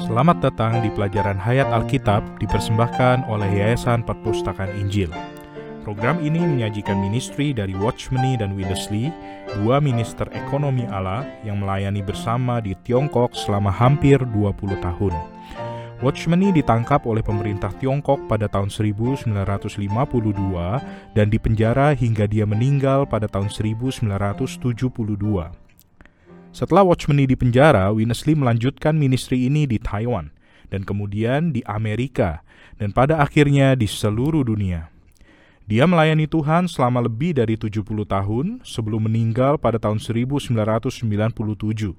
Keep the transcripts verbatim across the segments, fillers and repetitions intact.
Selamat datang di pelajaran Hayat Alkitab dipersembahkan oleh Yayasan Perpustakaan Injil. Program ini menyajikan ministry dari Watchmeni dan Willesley, dua minister ekonomi Allah yang melayani bersama di Tiongkok selama hampir dua puluh tahun. Watchmeni ditangkap oleh pemerintah Tiongkok pada tahun seribu sembilan ratus lima puluh dua dan dipenjara hingga dia meninggal pada tahun seribu sembilan ratus tujuh puluh dua. Setelah Watchmeni dipenjara, Willesley melanjutkan ministry ini di Taiwan, dan kemudian di Amerika, dan pada akhirnya di seluruh dunia. Dia melayani Tuhan selama lebih dari tujuh puluh tahun sebelum meninggal pada tahun seribu sembilan ratus sembilan puluh tujuh.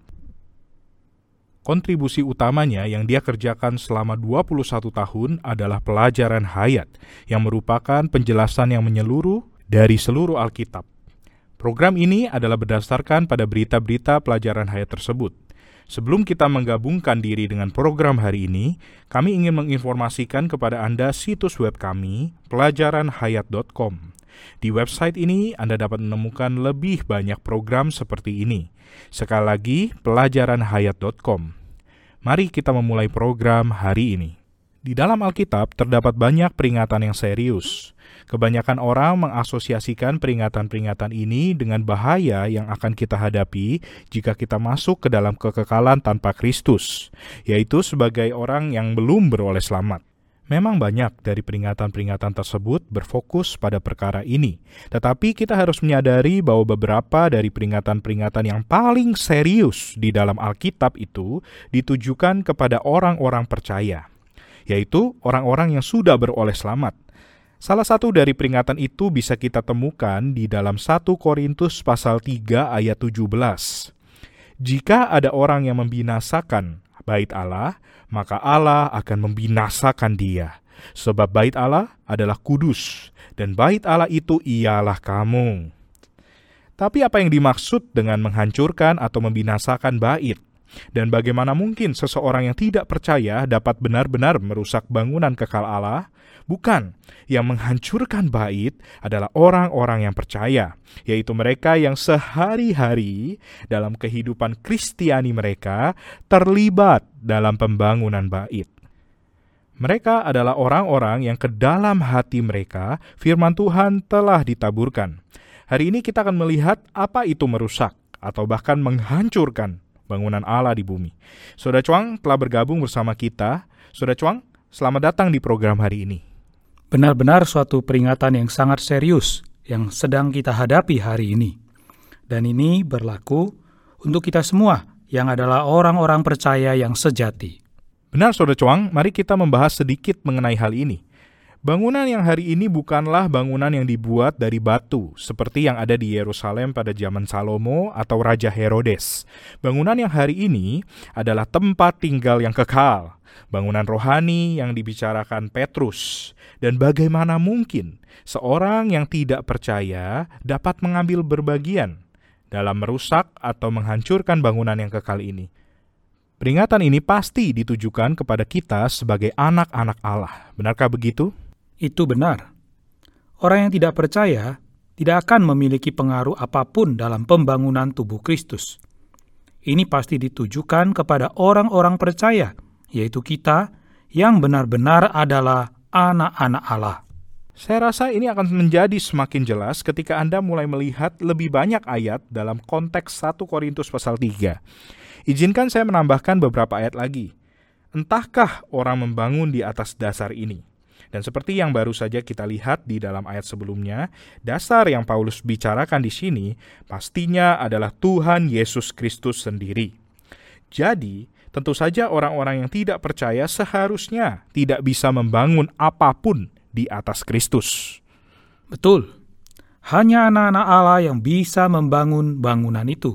Kontribusi utamanya yang dia kerjakan selama dua puluh satu tahun adalah pelajaran hayat, yang merupakan penjelasan yang menyeluruh dari seluruh Alkitab. Program ini adalah berdasarkan pada berita-berita pelajaran hayat tersebut. Sebelum kita menggabungkan diri dengan program hari ini, kami ingin menginformasikan kepada Anda situs web kami, pelajaran hayat dot com. Di website ini Anda dapat menemukan lebih banyak program seperti ini. Sekali lagi, pelajaran hayat dot com. Mari kita memulai program hari ini. Di dalam Alkitab terdapat banyak peringatan yang serius. Kebanyakan orang mengasosiasikan peringatan-peringatan ini dengan bahaya yang akan kita hadapi jika kita masuk ke dalam kekekalan tanpa Kristus, yaitu sebagai orang yang belum beroleh selamat. Memang banyak dari peringatan-peringatan tersebut berfokus pada perkara ini, tetapi kita harus menyadari bahwa beberapa dari peringatan-peringatan yang paling serius di dalam Alkitab itu ditujukan kepada orang-orang percaya, yaitu orang-orang yang sudah beroleh selamat. Salah satu dari peringatan itu bisa kita temukan di dalam satu Korintus pasal tiga ayat tujuh belas. Jika ada orang yang membinasakan bait Allah, maka Allah akan membinasakan dia. Sebab bait Allah adalah kudus, dan bait Allah itu ialah kamu. Tapi apa yang dimaksud dengan menghancurkan atau membinasakan bait? Dan bagaimana mungkin seseorang yang tidak percaya dapat benar-benar merusak bangunan kekal Allah? Bukan, yang menghancurkan bait adalah orang-orang yang percaya, yaitu mereka yang sehari-hari dalam kehidupan Kristiani mereka terlibat dalam pembangunan bait. Mereka adalah orang-orang yang ke dalam hati mereka firman Tuhan telah ditaburkan. Hari ini kita akan melihat apa itu merusak atau bahkan menghancurkan bangunan Allah di bumi. Saudara Chuang telah bergabung bersama kita. Saudara Chuang, selamat datang di program hari ini. Benar-benar suatu peringatan yang sangat serius yang sedang kita hadapi hari ini. Dan ini berlaku untuk kita semua yang adalah orang-orang percaya yang sejati. Benar, Saudara Chuang, mari kita membahas sedikit mengenai hal ini. Bangunan yang hari ini bukanlah bangunan yang dibuat dari batu, seperti yang ada di Yerusalem pada zaman Salomo atau Raja Herodes. Bangunan yang hari ini adalah tempat tinggal yang kekal, bangunan rohani yang dibicarakan Petrus. Dan bagaimana mungkin seorang yang tidak percaya dapat mengambil berbagian dalam merusak atau menghancurkan bangunan yang kekal ini? Peringatan ini pasti ditujukan kepada kita sebagai anak-anak Allah. Benarkah begitu? Itu benar. Orang yang tidak percaya tidak akan memiliki pengaruh apapun dalam pembangunan tubuh Kristus. Ini pasti ditujukan kepada orang-orang percaya, yaitu kita yang benar-benar adalah anak-anak Allah. Saya rasa ini akan menjadi semakin jelas ketika Anda mulai melihat lebih banyak ayat dalam konteks satu Korintus pasal tiga. Izinkan saya menambahkan beberapa ayat lagi. Entahkah orang membangun di atas dasar ini? Dan seperti yang baru saja kita lihat di dalam ayat sebelumnya, dasar yang Paulus bicarakan di sini pastinya adalah Tuhan Yesus Kristus sendiri. Jadi, tentu saja orang-orang yang tidak percaya seharusnya tidak bisa membangun apapun di atas Kristus. Betul. Hanya anak-anak Allah yang bisa membangun bangunan itu.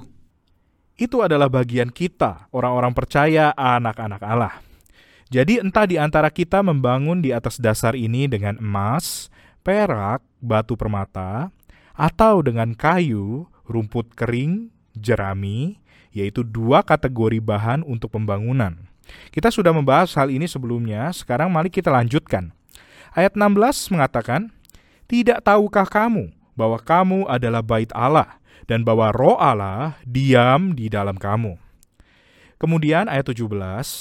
Itu adalah bagian kita, orang-orang percaya, anak-anak Allah. Jadi entah di antara kita membangun di atas dasar ini dengan emas, perak, batu permata, atau dengan kayu, rumput kering, jerami, yaitu dua kategori bahan untuk pembangunan. Kita sudah membahas hal ini sebelumnya, sekarang mari kita lanjutkan. Ayat enam belas mengatakan, "Tidak tahukah kamu bahwa kamu adalah bait Allah, dan bahwa Roh Allah diam di dalam kamu?" Kemudian ayat tujuh belas,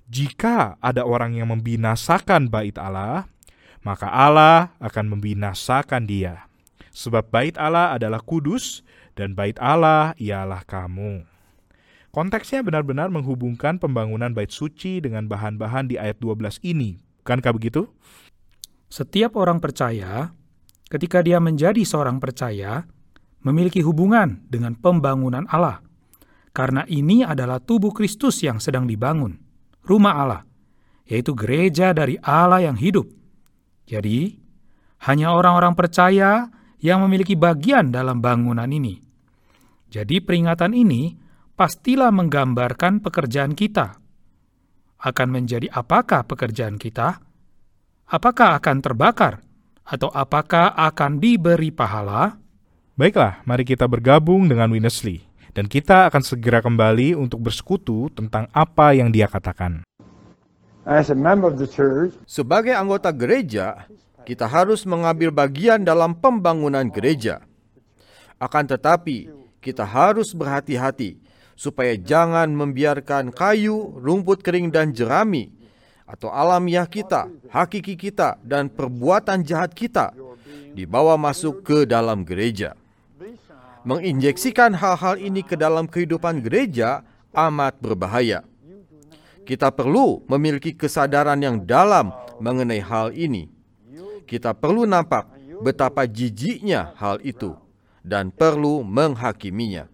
Jika ada orang yang membinasakan bait Allah, maka Allah akan membinasakan dia. Sebab bait Allah adalah kudus, dan bait Allah ialah kamu. Konteksnya benar-benar menghubungkan pembangunan bait suci dengan bahan-bahan di ayat dua belas ini. Bukankah begitu? Setiap orang percaya, ketika dia menjadi seorang percaya, memiliki hubungan dengan pembangunan Allah. Karena ini adalah tubuh Kristus yang sedang dibangun, rumah Allah, yaitu gereja dari Allah yang hidup. Jadi, hanya orang-orang percaya yang memiliki bagian dalam bangunan ini. Jadi peringatan ini pastilah menggambarkan pekerjaan kita. Akan menjadi apakah pekerjaan kita? Apakah akan terbakar? Atau apakah akan diberi pahala? Baiklah, mari kita bergabung dengan Winnesley. Dan kita akan segera kembali untuk bersekutu tentang apa yang dia katakan. As a member of the church, Sebagai anggota gereja, kita harus mengambil bagian dalam pembangunan gereja. Akan tetapi, kita harus berhati-hati supaya jangan membiarkan kayu, rumput kering dan jerami atau alamiah kita, hakiki kita, dan perbuatan jahat kita dibawa masuk ke dalam gereja. Menginjeksikan hal-hal ini ke dalam kehidupan gereja amat berbahaya. Kita perlu memiliki kesadaran yang dalam mengenai hal ini. Kita perlu nampak betapa jijiknya hal itu dan perlu menghakiminya.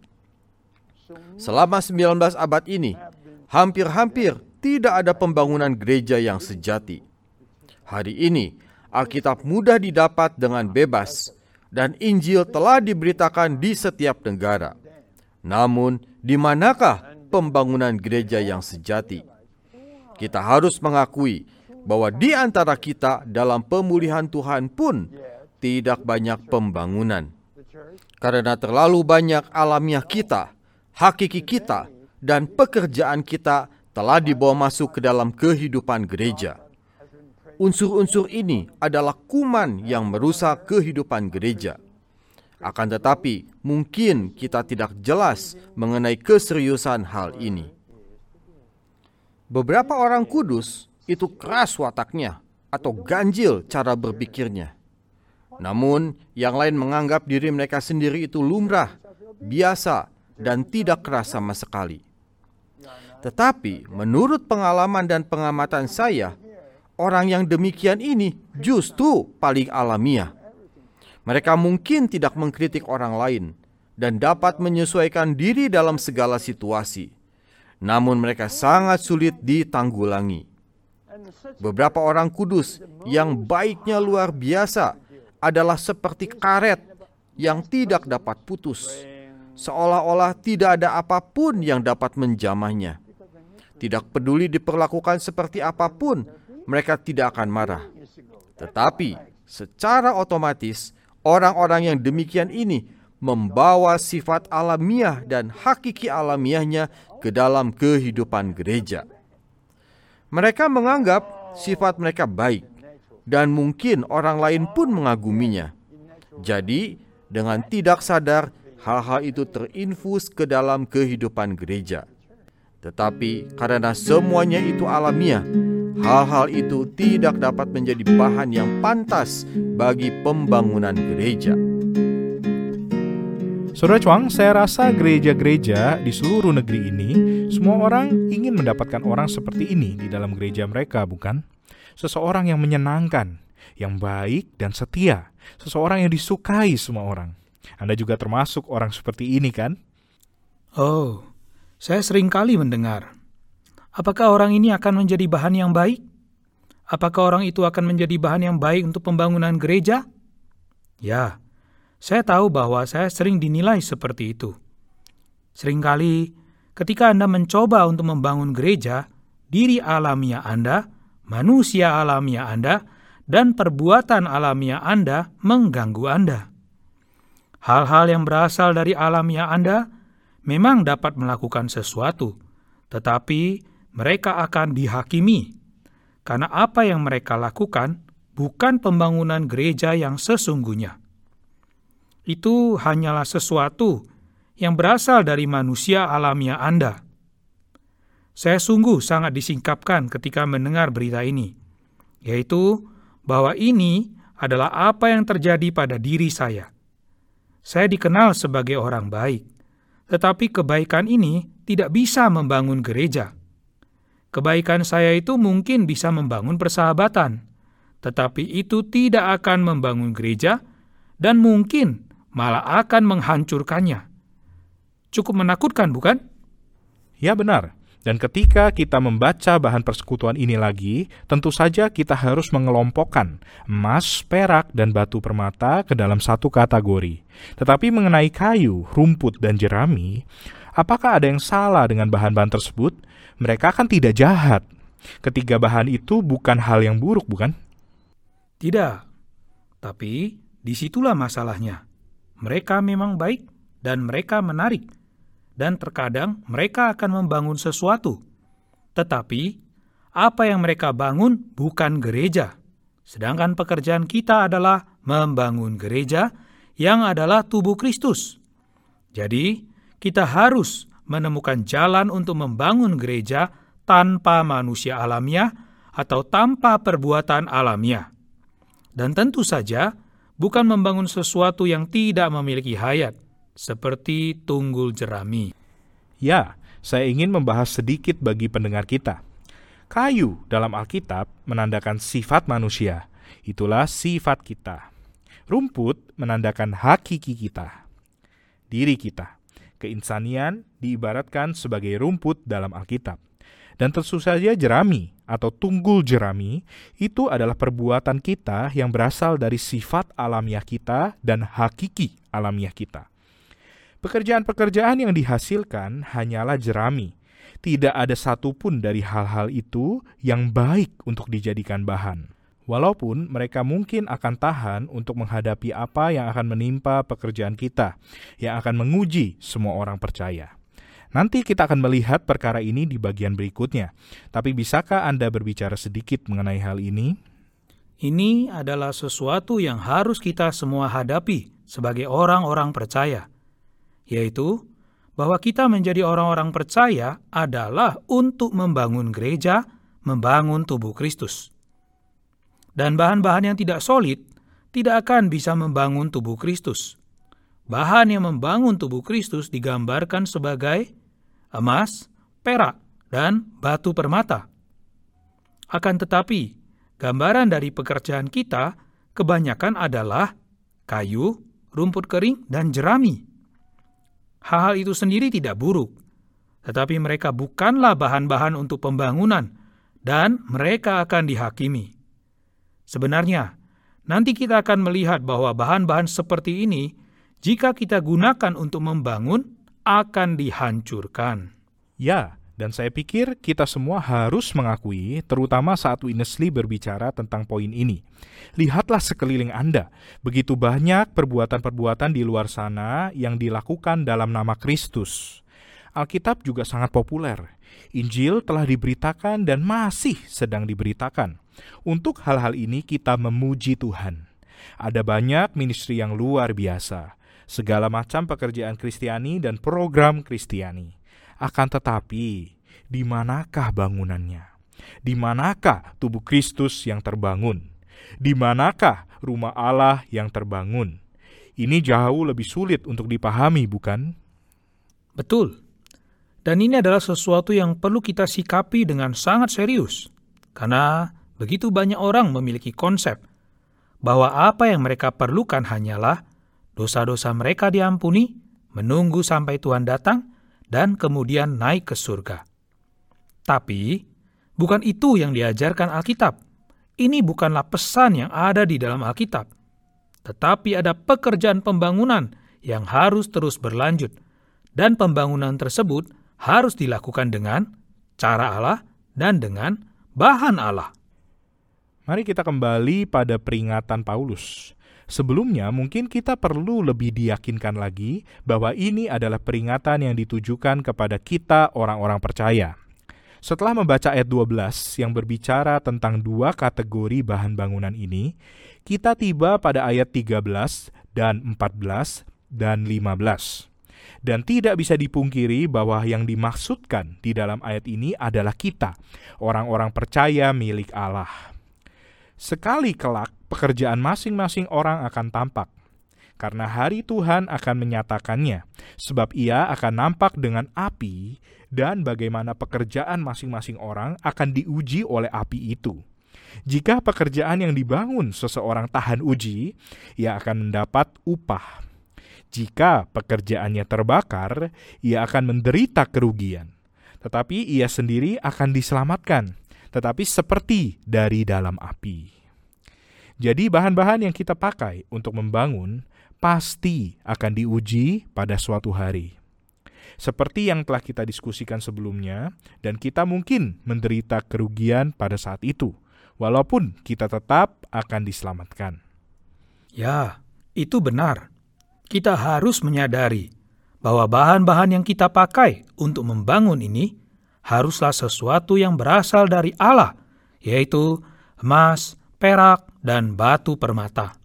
Selama sembilan belas abad ini, hampir-hampir tidak ada pembangunan gereja yang sejati. Hari ini, Alkitab mudah didapat dengan bebas, dan Injil telah diberitakan di setiap negara. Namun, di manakah pembangunan gereja yang sejati? Kita harus mengakui bahwa di antara kita dalam pemulihan Tuhan pun tidak banyak pembangunan. Karena terlalu banyak alamiah kita, hakiki kita, dan pekerjaan kita telah dibawa masuk ke dalam kehidupan gereja. Unsur-unsur ini adalah kuman yang merusak kehidupan gereja. Akan tetapi, mungkin kita tidak jelas mengenai keseriusan hal ini. Beberapa orang kudus itu keras wataknya atau ganjil cara berpikirnya. Namun, yang lain menganggap diri mereka sendiri itu lumrah, biasa, dan tidak keras sama sekali. Tetapi, menurut pengalaman dan pengamatan saya, orang yang demikian ini justru paling alamiah. Mereka mungkin tidak mengkritik orang lain dan dapat menyesuaikan diri dalam segala situasi. Namun mereka sangat sulit ditanggulangi. Beberapa orang kudus yang baiknya luar biasa adalah seperti karet yang tidak dapat putus. Seolah-olah tidak ada apapun yang dapat menjamahnya. Tidak peduli diperlakukan seperti apapun, mereka tidak akan marah. Tetapi secara otomatis orang-orang yang demikian ini membawa sifat alamiah dan hakiki alamiahnya ke dalam kehidupan gereja. Mereka menganggap sifat mereka baik dan mungkin orang lain pun mengaguminya. Jadi dengan tidak sadar hal-hal itu terinfus ke dalam kehidupan gereja. Tetapi karena semuanya itu alamiah, hal-hal itu tidak dapat menjadi bahan yang pantas bagi pembangunan gereja. Saudara Chuang, saya rasa gereja-gereja di seluruh negeri ini, semua orang ingin mendapatkan orang seperti ini di dalam gereja mereka, bukan? Seseorang yang menyenangkan, yang baik dan setia, seseorang yang disukai semua orang. Anda juga termasuk orang seperti ini, kan? Oh, saya sering kali mendengar. Apakah orang ini akan menjadi bahan yang baik? Apakah orang itu akan menjadi bahan yang baik untuk pembangunan gereja? Ya, saya tahu bahwa saya sering dinilai seperti itu. Seringkali ketika Anda mencoba untuk membangun gereja, diri alamiah Anda, manusia alamiah Anda, dan perbuatan alamiah Anda mengganggu Anda. Hal-hal yang berasal dari alamiah Anda memang dapat melakukan sesuatu, tetapi mereka akan dihakimi, karena apa yang mereka lakukan bukan pembangunan gereja yang sesungguhnya. Itu hanyalah sesuatu yang berasal dari manusia alamiah Anda. Saya sungguh sangat disingkapkan ketika mendengar berita ini, yaitu bahwa ini adalah apa yang terjadi pada diri saya. Saya dikenal sebagai orang baik, tetapi kebaikan ini tidak bisa membangun gereja. Kebaikan saya itu mungkin bisa membangun persahabatan, tetapi itu tidak akan membangun gereja dan mungkin malah akan menghancurkannya. Cukup menakutkan, bukan? Ya benar. Dan ketika kita membaca bahan persekutuan ini lagi, tentu saja kita harus mengelompokkan emas, perak, dan batu permata ke dalam satu kategori. Tetapi mengenai kayu, rumput, dan jerami, apakah ada yang salah dengan bahan-bahan tersebut? Mereka kan tidak jahat. Ketiga bahan itu bukan hal yang buruk, bukan? Tidak. Tapi disitulah masalahnya. Mereka memang baik dan mereka menarik. Dan terkadang mereka akan membangun sesuatu. Tetapi, apa yang mereka bangun bukan gereja. Sedangkan pekerjaan kita adalah membangun gereja yang adalah tubuh Kristus. Jadi, kita harus menemukan jalan untuk membangun gereja tanpa manusia alamiah atau tanpa perbuatan alamiah. Dan tentu saja, bukan membangun sesuatu yang tidak memiliki hayat, seperti tunggul jerami. Ya, saya ingin membahas sedikit bagi pendengar kita. Kayu dalam Alkitab menandakan sifat manusia. Itulah sifat kita. Rumput menandakan hakiki kita, diri kita. Keinsanian diibaratkan sebagai rumput dalam Alkitab. Dan tentu saja jerami atau tunggul jerami itu adalah perbuatan kita yang berasal dari sifat alamiah kita dan hakiki alamiah kita. Pekerjaan-pekerjaan yang dihasilkan hanyalah jerami. Tidak ada satupun dari hal-hal itu yang baik untuk dijadikan bahan. Walaupun mereka mungkin akan tahan untuk menghadapi apa yang akan menimpa pekerjaan kita, yang akan menguji semua orang percaya. Nanti kita akan melihat perkara ini di bagian berikutnya. Tapi bisakah Anda berbicara sedikit mengenai hal ini? Ini adalah sesuatu yang harus kita semua hadapi sebagai orang-orang percaya. Yaitu bahwa kita menjadi orang-orang percaya adalah untuk membangun gereja, membangun tubuh Kristus. Dan bahan-bahan yang tidak solid tidak akan bisa membangun tubuh Kristus. Bahan yang membangun tubuh Kristus digambarkan sebagai emas, perak, dan batu permata. Akan tetapi, gambaran dari pekerjaan kita kebanyakan adalah kayu, rumput kering, dan jerami. Hal-hal itu sendiri tidak buruk, tetapi mereka bukanlah bahan-bahan untuk pembangunan, dan mereka akan dihakimi. Sebenarnya, nanti kita akan melihat bahwa bahan-bahan seperti ini, jika kita gunakan untuk membangun, akan dihancurkan. Ya, dan saya pikir kita semua harus mengakui, terutama saat Witness Lee berbicara tentang poin ini. Lihatlah sekeliling Anda, begitu banyak perbuatan-perbuatan di luar sana yang dilakukan dalam nama Kristus. Alkitab juga sangat populer. Injil telah diberitakan dan masih sedang diberitakan. Untuk hal-hal ini kita memuji Tuhan. Ada banyak ministry yang luar biasa, segala macam pekerjaan Kristiani dan program Kristiani. Akan tetapi, di manakah bangunannya? Di manakah tubuh Kristus yang terbangun? Di manakah rumah Allah yang terbangun? Ini jauh lebih sulit untuk dipahami, bukan? Betul. Dan ini adalah sesuatu yang perlu kita sikapi dengan sangat serius. Karena begitu banyak orang memiliki konsep bahwa apa yang mereka perlukan hanyalah dosa-dosa mereka diampuni, menunggu sampai Tuhan datang, dan kemudian naik ke surga. Tapi, bukan itu yang diajarkan Alkitab. Ini bukanlah pesan yang ada di dalam Alkitab. Tetapi ada pekerjaan pembangunan yang harus terus berlanjut. Dan pembangunan tersebut harus dilakukan dengan cara Allah dan dengan bahan Allah. Mari kita kembali pada peringatan Paulus. Sebelumnya mungkin kita perlu lebih diyakinkan lagi bahwa ini adalah peringatan yang ditujukan kepada kita orang-orang percaya. Setelah membaca ayat dua belas yang berbicara tentang dua kategori bahan bangunan ini, kita tiba pada ayat tiga belas dan empat belas dan lima belas. Dan tidak bisa dipungkiri bahwa yang dimaksudkan di dalam ayat ini adalah kita, orang-orang percaya milik Allah. Sekali kelak, pekerjaan masing-masing orang akan tampak, karena hari Tuhan akan menyatakannya, sebab ia akan nampak dengan api, dan bagaimana pekerjaan masing-masing orang akan diuji oleh api itu. Jika pekerjaan yang dibangun seseorang tahan uji, ia akan mendapat upah. Jika pekerjaannya terbakar, ia akan menderita kerugian. Tetapi ia sendiri akan diselamatkan, tetapi seperti dari dalam api. Jadi bahan-bahan yang kita pakai untuk membangun pasti akan diuji pada suatu hari. Seperti yang telah kita diskusikan sebelumnya, dan kita mungkin menderita kerugian pada saat itu, walaupun kita tetap akan diselamatkan. Ya, itu benar. Kita harus menyadari bahwa bahan-bahan yang kita pakai untuk membangun ini haruslah sesuatu yang berasal dari Allah, yaitu emas, perak, dan batu permata.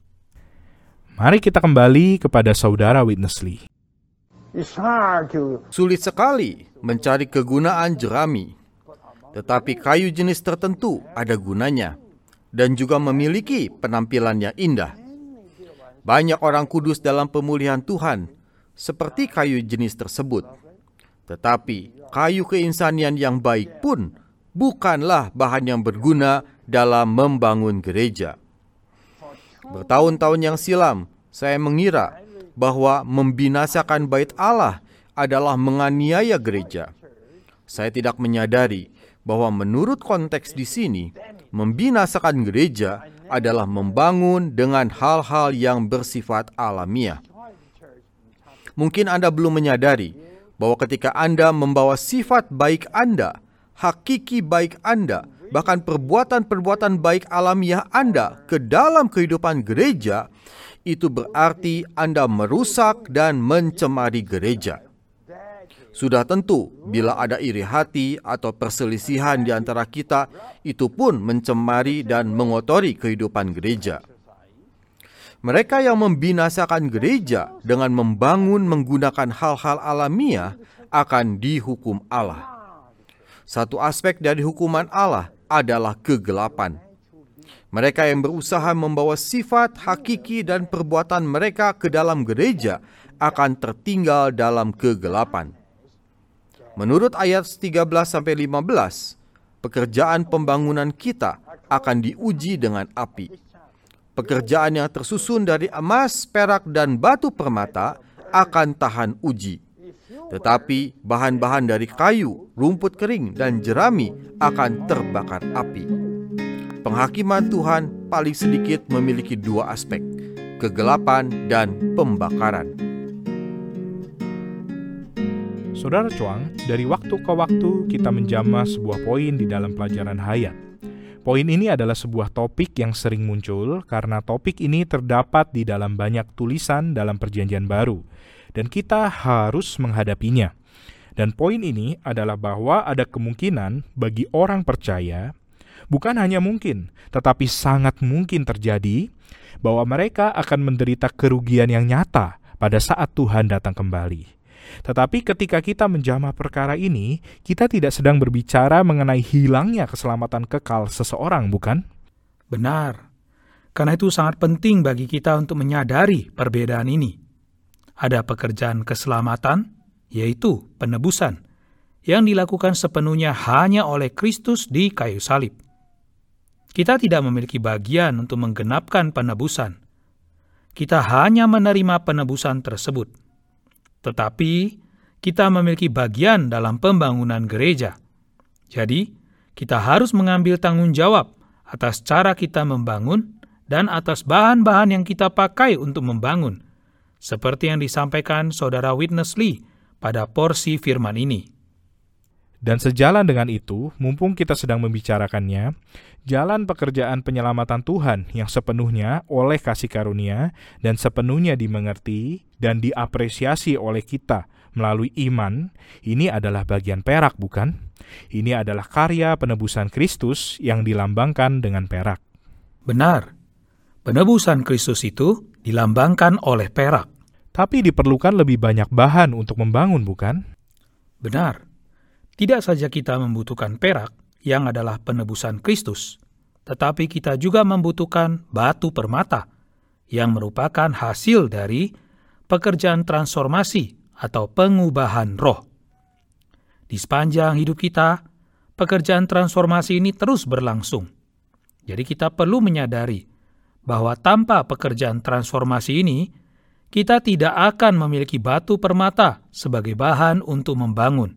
Mari kita kembali kepada saudara Witness Lee. It's hard to Sulit sekali mencari kegunaan jerami, tetapi kayu jenis tertentu ada gunanya dan juga memiliki penampilan yang indah. Banyak orang kudus dalam pemulihan Tuhan seperti kayu jenis tersebut. Tetapi kayu keinsanian yang baik pun bukanlah bahan yang berguna dalam membangun gereja. Bertahun-tahun yang silam, saya mengira bahwa membinasakan bait Allah adalah menganiaya gereja. Saya tidak menyadari bahwa menurut konteks di sini, membinasakan gereja adalah membangun dengan hal-hal yang bersifat alamiah. Mungkin Anda belum menyadari bahwa ketika Anda membawa sifat baik Anda, hakiki baik Anda, bahkan perbuatan-perbuatan baik alamiah Anda ke dalam kehidupan gereja, itu berarti Anda merusak dan mencemari gereja. Sudah tentu, bila ada iri hati atau perselisihan di antara kita, itu pun mencemari dan mengotori kehidupan gereja. Mereka yang membinasakan gereja dengan membangun menggunakan hal-hal alamiah akan dihukum Allah. Satu aspek dari hukuman Allah adalah kegelapan. Mereka yang berusaha membawa sifat, hakiki, dan perbuatan mereka ke dalam gereja akan tertinggal dalam kegelapan. Menurut ayat tiga belas sampai lima belas, pekerjaan pembangunan kita akan diuji dengan api. Pekerjaan yang tersusun dari emas, perak, dan batu permata akan tahan uji. Tetapi bahan-bahan dari kayu, rumput kering, dan jerami akan terbakar api. Penghakiman Tuhan paling sedikit memiliki dua aspek, kegelapan dan pembakaran. Saudara Chuang, dari waktu ke waktu kita menjamah sebuah poin di dalam pelajaran hayat. Poin ini adalah sebuah topik yang sering muncul karena topik ini terdapat di dalam banyak tulisan dalam Perjanjian Baru, dan kita harus menghadapinya. Dan poin ini adalah bahwa ada kemungkinan bagi orang percaya, bukan hanya mungkin, tetapi sangat mungkin terjadi, bahwa mereka akan menderita kerugian yang nyata pada saat Tuhan datang kembali. Tetapi ketika kita menjamah perkara ini, kita tidak sedang berbicara mengenai hilangnya keselamatan kekal seseorang, bukan? Benar. Karena itu sangat penting bagi kita untuk menyadari perbedaan ini. Ada pekerjaan keselamatan, yaitu penebusan, yang dilakukan sepenuhnya hanya oleh Kristus di kayu salib. Kita tidak memiliki bagian untuk menggenapkan penebusan. Kita hanya menerima penebusan tersebut. Tetapi kita memiliki bagian dalam pembangunan gereja. Jadi, kita harus mengambil tanggung jawab atas cara kita membangun dan atas bahan-bahan yang kita pakai untuk membangun, seperti yang disampaikan saudara Witness Lee pada porsi firman ini. Dan sejalan dengan itu, mumpung kita sedang membicarakannya, jalan pekerjaan penyelamatan Tuhan yang sepenuhnya oleh kasih karunia dan sepenuhnya dimengerti dan diapresiasi oleh kita melalui iman, ini adalah bagian perak, bukan? Ini adalah karya penebusan Kristus yang dilambangkan dengan perak. Benar, penebusan Kristus itu dilambangkan oleh perak. Tapi diperlukan lebih banyak bahan untuk membangun, bukan? Benar. Tidak saja kita membutuhkan perak yang adalah penebusan Kristus, tetapi kita juga membutuhkan batu permata yang merupakan hasil dari pekerjaan transformasi atau pengubahan roh. Di sepanjang hidup kita, pekerjaan transformasi ini terus berlangsung. Jadi kita perlu menyadari bahwa tanpa pekerjaan transformasi ini, kita tidak akan memiliki batu permata sebagai bahan untuk membangun.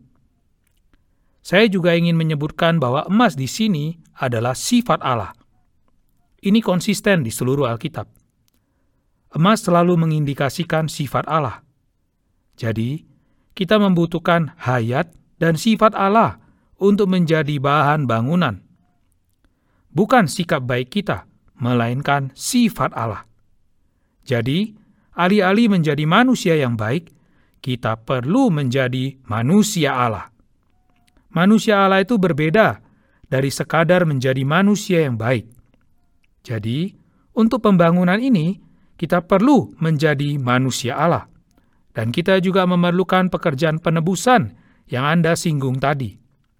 Saya juga ingin menyebutkan bahwa emas di sini adalah sifat Allah. Ini konsisten di seluruh Alkitab. Emas selalu mengindikasikan sifat Allah. Jadi, kita membutuhkan hayat dan sifat Allah untuk menjadi bahan bangunan. Bukan sikap baik kita, melainkan sifat Allah. Jadi, alih-alih menjadi manusia yang baik, kita perlu menjadi manusia Allah. Manusia Allah itu berbeda dari sekadar menjadi manusia yang baik. Jadi, untuk pembangunan ini, kita perlu menjadi manusia Allah. Dan kita juga memerlukan pekerjaan penebusan yang Anda singgung tadi.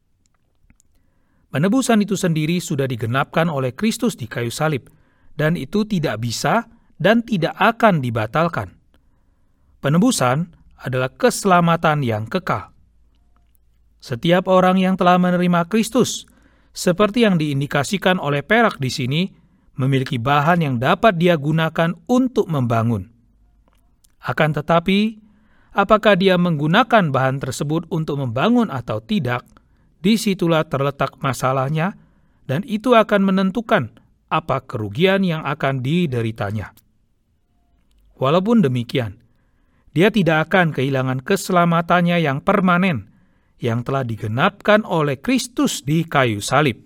Penebusan itu sendiri sudah digenapkan oleh Kristus di kayu salib, dan itu tidak bisa dan tidak akan dibatalkan. Penebusan adalah keselamatan yang kekal. Setiap orang yang telah menerima Kristus, seperti yang diindikasikan oleh perak di sini, memiliki bahan yang dapat dia gunakan untuk membangun. Akan tetapi, apakah dia menggunakan bahan tersebut untuk membangun atau tidak, disitulah terletak masalahnya, dan itu akan menentukan apa kerugian yang akan dideritanya. Walaupun demikian, dia tidak akan kehilangan keselamatannya yang permanen, yang telah digenapkan oleh Kristus di kayu salib.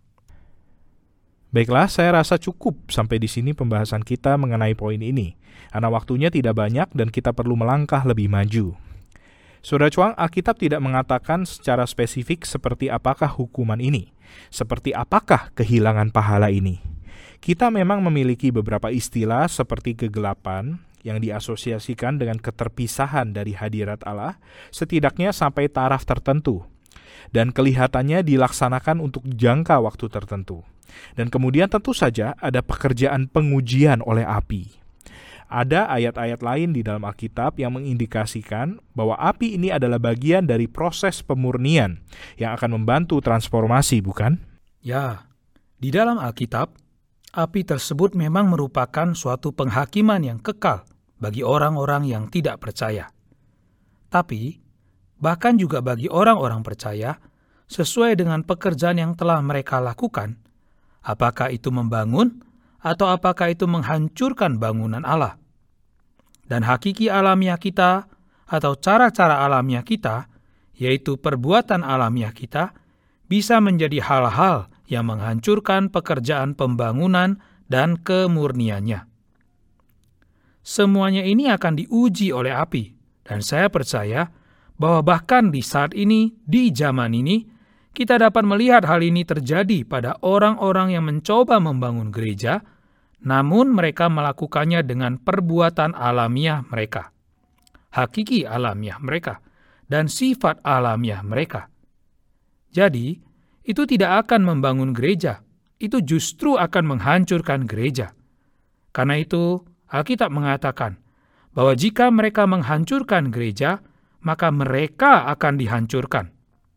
Baiklah, saya rasa cukup sampai di sini pembahasan kita mengenai poin ini, karena waktunya tidak banyak dan kita perlu melangkah lebih maju. Saudara Chuang, Alkitab tidak mengatakan secara spesifik seperti apakah hukuman ini, seperti apakah kehilangan pahala ini. Kita memang memiliki beberapa istilah seperti kegelapan yang diasosiasikan dengan keterpisahan dari hadirat Allah, setidaknya sampai taraf tertentu, dan kelihatannya dilaksanakan untuk jangka waktu tertentu. Dan kemudian tentu saja ada pekerjaan pengujian oleh api. Ada ayat-ayat lain di dalam Alkitab yang mengindikasikan bahwa api ini adalah bagian dari proses pemurnian yang akan membantu transformasi, bukan? Ya, di dalam Alkitab, api tersebut memang merupakan suatu penghakiman yang kekal bagi orang-orang yang tidak percaya. Tapi, bahkan juga bagi orang-orang percaya, sesuai dengan pekerjaan yang telah mereka lakukan, apakah itu membangun atau apakah itu menghancurkan bangunan Allah. Dan hakiki alamiah kita atau cara-cara alamiah kita, yaitu perbuatan alamiah kita, bisa menjadi hal-hal yang menghancurkan pekerjaan pembangunan dan kemurniannya. Semuanya ini akan diuji oleh api, dan saya percaya bahwa bahkan di saat ini, di zaman ini, kita dapat melihat hal ini terjadi pada orang-orang yang mencoba membangun gereja, namun mereka melakukannya dengan perbuatan alamiah mereka, hakiki alamiah mereka, dan sifat alamiah mereka. Jadi, itu tidak akan membangun gereja, itu justru akan menghancurkan gereja. Karena itu, Alkitab mengatakan bahwa jika mereka menghancurkan gereja, maka mereka akan dihancurkan.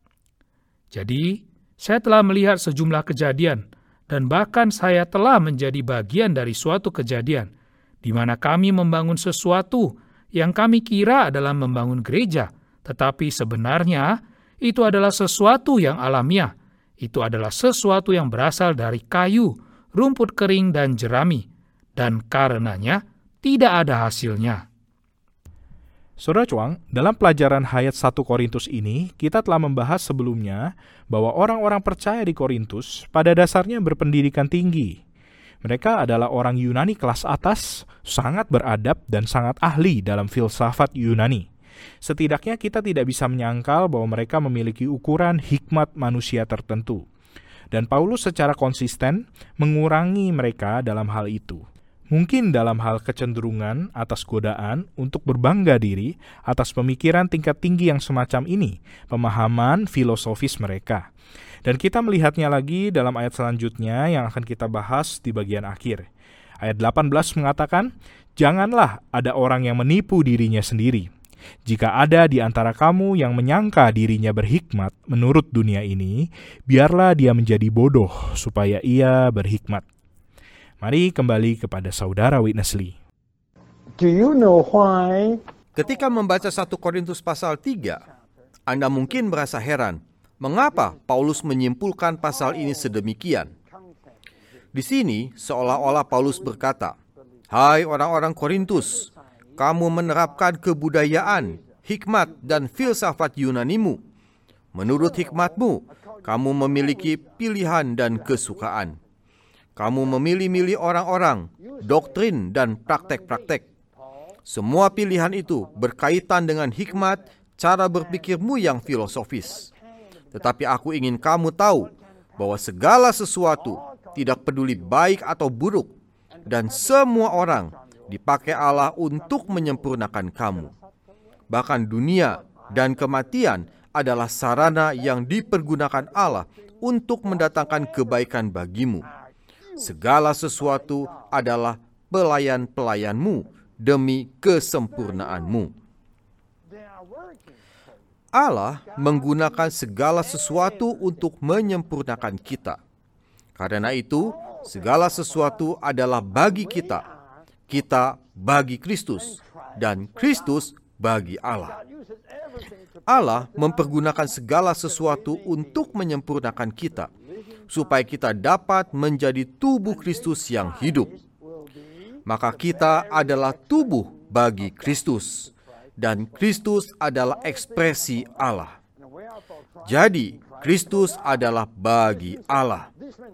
Jadi, saya telah melihat sejumlah kejadian, dan bahkan saya telah menjadi bagian dari suatu kejadian, di mana kami membangun sesuatu yang kami kira adalah membangun gereja, tetapi sebenarnya itu adalah sesuatu yang alamiah. Itu adalah sesuatu yang berasal dari kayu, rumput kering, dan jerami, dan karenanya tidak ada hasilnya. Saudara Chuang, dalam pelajaran Hayat satu Korintus ini, kita telah membahas sebelumnya bahwa orang-orang percaya di Korintus pada dasarnya berpendidikan tinggi. Mereka adalah orang Yunani kelas atas, sangat beradab dan sangat ahli dalam filsafat Yunani. Setidaknya kita tidak bisa menyangkal bahwa mereka memiliki ukuran hikmat manusia tertentu. Dan Paulus secara konsisten mengurangi mereka dalam hal itu. Mungkin dalam hal kecenderungan atas godaan untuk berbangga diri atas pemikiran tingkat tinggi yang semacam ini, pemahaman filosofis mereka. Dan kita melihatnya lagi dalam ayat selanjutnya yang akan kita bahas di bagian akhir. Ayat delapan belas mengatakan, "Janganlah ada orang yang menipu dirinya sendiri. Jika ada di antara kamu yang menyangka dirinya berhikmat menurut dunia ini, biarlah dia menjadi bodoh supaya ia berhikmat." Mari kembali kepada saudara Witness Lee. Do you know why? Ketika membaca satu Korintus pasal tiga, Anda mungkin merasa heran, mengapa Paulus menyimpulkan pasal ini sedemikian? Di sini seolah-olah Paulus berkata, "Hai orang-orang Korintus, kamu menerapkan kebudayaan, hikmat, dan filsafat Yunanimu. Menurut hikmatmu, kamu memiliki pilihan dan kesukaan. Kamu memilih-milih orang-orang, doktrin, dan praktek-praktek. Semua pilihan itu berkaitan dengan hikmat, cara berpikirmu yang filosofis. Tetapi aku ingin kamu tahu bahwa segala sesuatu, tidak peduli baik atau buruk, dan semua orang dipakai Allah untuk menyempurnakan kamu. Bahkan dunia dan kematian adalah sarana yang dipergunakan Allah untuk mendatangkan kebaikan bagimu. Segala sesuatu adalah pelayan-pelayanmu demi kesempurnaanmu." Allah menggunakan segala sesuatu untuk menyempurnakan kita. Karena itu, segala sesuatu adalah bagi kita. Kita bagi Kristus, dan Kristus bagi Allah. Allah mempergunakan segala sesuatu untuk menyempurnakan kita, supaya kita dapat menjadi tubuh Kristus yang hidup. Maka kita adalah tubuh bagi Kristus, dan Kristus adalah ekspresi Allah. Jadi, Kristus adalah bagi Allah.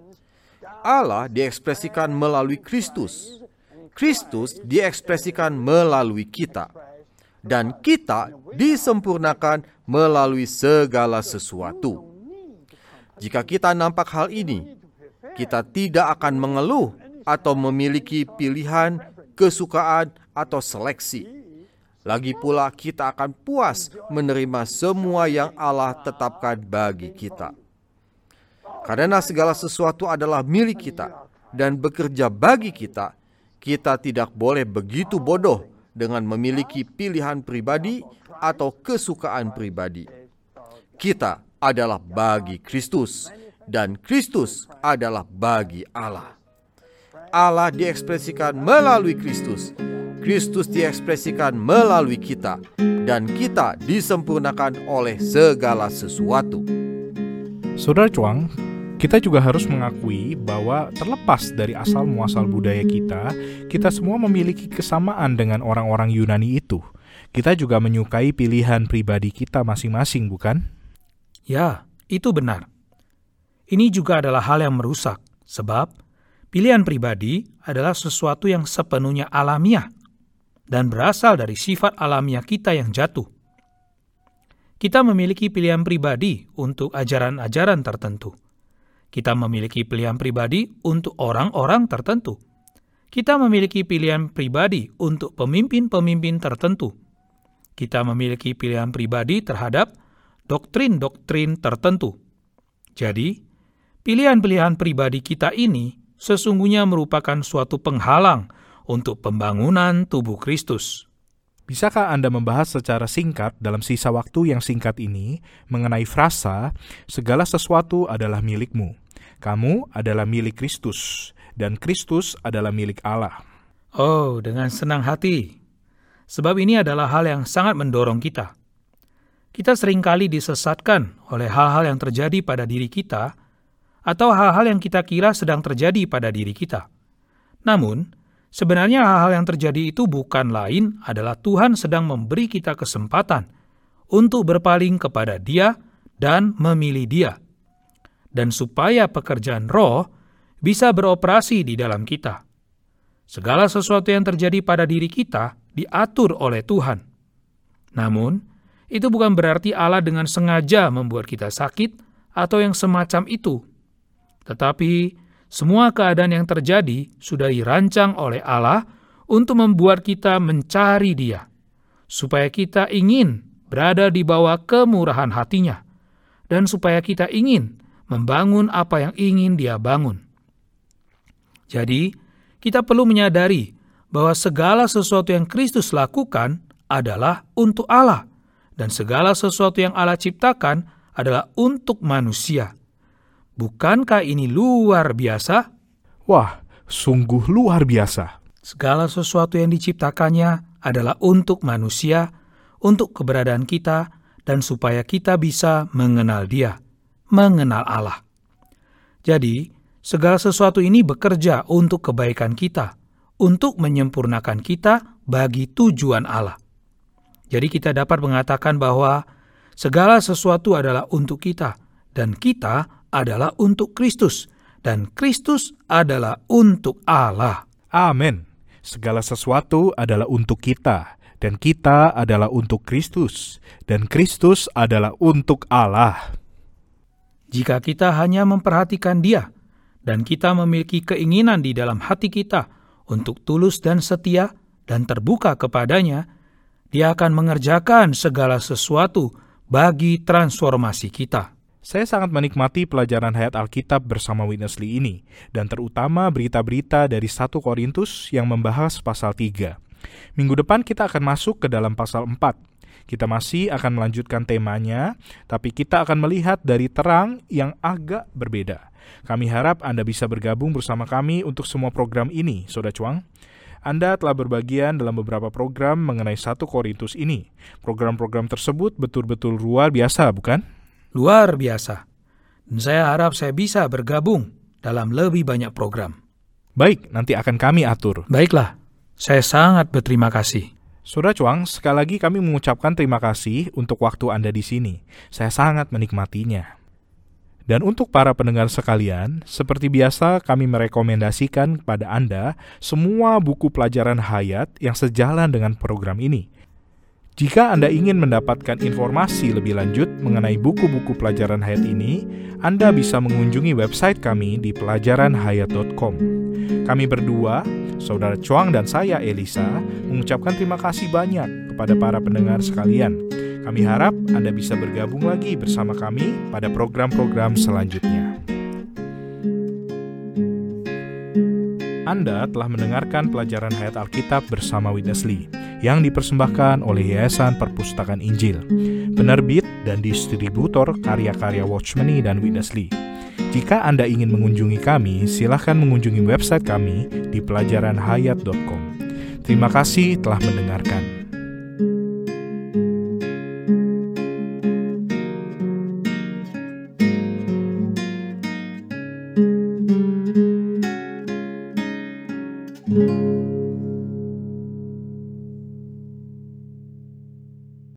Allah diekspresikan melalui Kristus. Kristus diekspresikan melalui kita. Dan kita disempurnakan melalui segala sesuatu. Jika kita nampak hal ini, kita tidak akan mengeluh atau memiliki pilihan, kesukaan, atau seleksi. Lagi pula kita akan puas menerima semua yang Allah tetapkan bagi kita. Karena segala sesuatu adalah milik kita dan bekerja bagi kita, kita tidak boleh begitu bodoh dengan memiliki pilihan pribadi atau kesukaan pribadi. Kita adalah bagi Kristus, dan Kristus adalah bagi Allah. Allah diekspresikan melalui Kristus, Kristus diekspresikan melalui kita, dan kita disempurnakan oleh segala sesuatu. Saudara Chuang, kita juga harus mengakui bahwa terlepas dari asal muasal budaya kita, kita semua memiliki kesamaan dengan orang-orang Yunani itu. Kita juga menyukai pilihan pribadi kita masing-masing, bukan? Ya, itu benar. Ini juga adalah hal yang merusak, sebab pilihan pribadi adalah sesuatu yang sepenuhnya alamiah dan berasal dari sifat alamiah kita yang jatuh. Kita memiliki pilihan pribadi untuk ajaran-ajaran tertentu. Kita memiliki pilihan pribadi untuk orang-orang tertentu. Kita memiliki pilihan pribadi untuk pemimpin-pemimpin tertentu. Kita memiliki pilihan pribadi terhadap doktrin-doktrin tertentu. Jadi, pilihan-pilihan pribadi kita ini sesungguhnya merupakan suatu penghalang untuk pembangunan tubuh Kristus. Bisakah Anda membahas secara singkat dalam sisa waktu yang singkat ini mengenai frasa segala sesuatu adalah milikmu, kamu adalah milik Kristus, dan Kristus adalah milik Allah? Oh, dengan senang hati. Sebab ini adalah hal yang sangat mendorong kita. Kita seringkali disesatkan oleh hal-hal yang terjadi pada diri kita atau hal-hal yang kita kira sedang terjadi pada diri kita. Namun, sebenarnya hal-hal yang terjadi itu bukan lain adalah Tuhan sedang memberi kita kesempatan untuk berpaling kepada Dia dan memilih Dia. Dan supaya pekerjaan roh bisa beroperasi di dalam kita. Segala sesuatu yang terjadi pada diri kita diatur oleh Tuhan. Namun, itu bukan berarti Allah dengan sengaja membuat kita sakit atau yang semacam itu. Tetapi, Semua keadaan yang terjadi sudah dirancang oleh Allah untuk membuat kita mencari Dia, supaya kita ingin berada di bawah kemurahan hati-Nya, dan supaya kita ingin membangun apa yang ingin Dia bangun. Jadi, kita perlu menyadari bahwa segala sesuatu yang Kristus lakukan adalah untuk Allah, dan segala sesuatu yang Allah ciptakan adalah untuk manusia. Bukankah ini luar biasa? Wah, sungguh luar biasa. Segala sesuatu yang diciptakannya adalah untuk manusia, untuk keberadaan kita, dan supaya kita bisa mengenal Dia, mengenal Allah. Jadi, segala sesuatu ini bekerja untuk kebaikan kita, untuk menyempurnakan kita bagi tujuan Allah. Jadi kita dapat mengatakan bahwa segala sesuatu adalah untuk kita, dan kita adalah untuk Kristus, dan Kristus adalah untuk Allah. Amin. Segala sesuatu adalah untuk kita, dan kita adalah untuk Kristus, dan Kristus adalah untuk Allah. Jika kita hanya memperhatikan Dia, dan kita memiliki keinginan di dalam hati kita untuk tulus dan setia dan terbuka kepadanya, Dia akan mengerjakan segala sesuatu bagi transformasi kita. Saya sangat menikmati pelajaran hayat Alkitab bersama Witness Lee ini, dan terutama berita-berita dari satu Korintus yang membahas pasal tiga. Minggu depan kita akan masuk ke dalam pasal empat. Kita masih akan melanjutkan temanya, tapi kita akan melihat dari terang yang agak berbeda. Kami harap Anda bisa bergabung bersama kami untuk semua program ini, Saudara Chuang. Anda telah berbagian dalam beberapa program mengenai satu Korintus ini. Program-program tersebut betul-betul luar biasa, bukan? Luar biasa. Dan saya harap saya bisa bergabung dalam lebih banyak program. Baik, nanti akan kami atur. Baiklah, saya sangat berterima kasih. Saudara Chuang, sekali lagi kami mengucapkan terima kasih untuk waktu Anda di sini. Saya sangat menikmatinya. Dan untuk para pendengar sekalian, seperti biasa kami merekomendasikan kepada Anda semua buku pelajaran hayat yang sejalan dengan program ini. Jika Anda ingin mendapatkan informasi lebih lanjut mengenai buku-buku pelajaran hayat ini, Anda bisa mengunjungi website kami di pelajaran hayat dot com. Kami berdua, Saudara Chuang dan saya Elisa, mengucapkan terima kasih banyak kepada para pendengar sekalian. Kami harap Anda bisa bergabung lagi bersama kami pada program-program selanjutnya. Anda telah mendengarkan pelajaran hayat Alkitab bersama Witness Lee yang dipersembahkan oleh Yayasan Perpustakaan Injil, penerbit dan distributor karya-karya Watchmeni dan Witness Lee. Jika Anda ingin mengunjungi kami, silakan mengunjungi website kami di pelajaran hayat dot com. Terima kasih telah mendengarkan.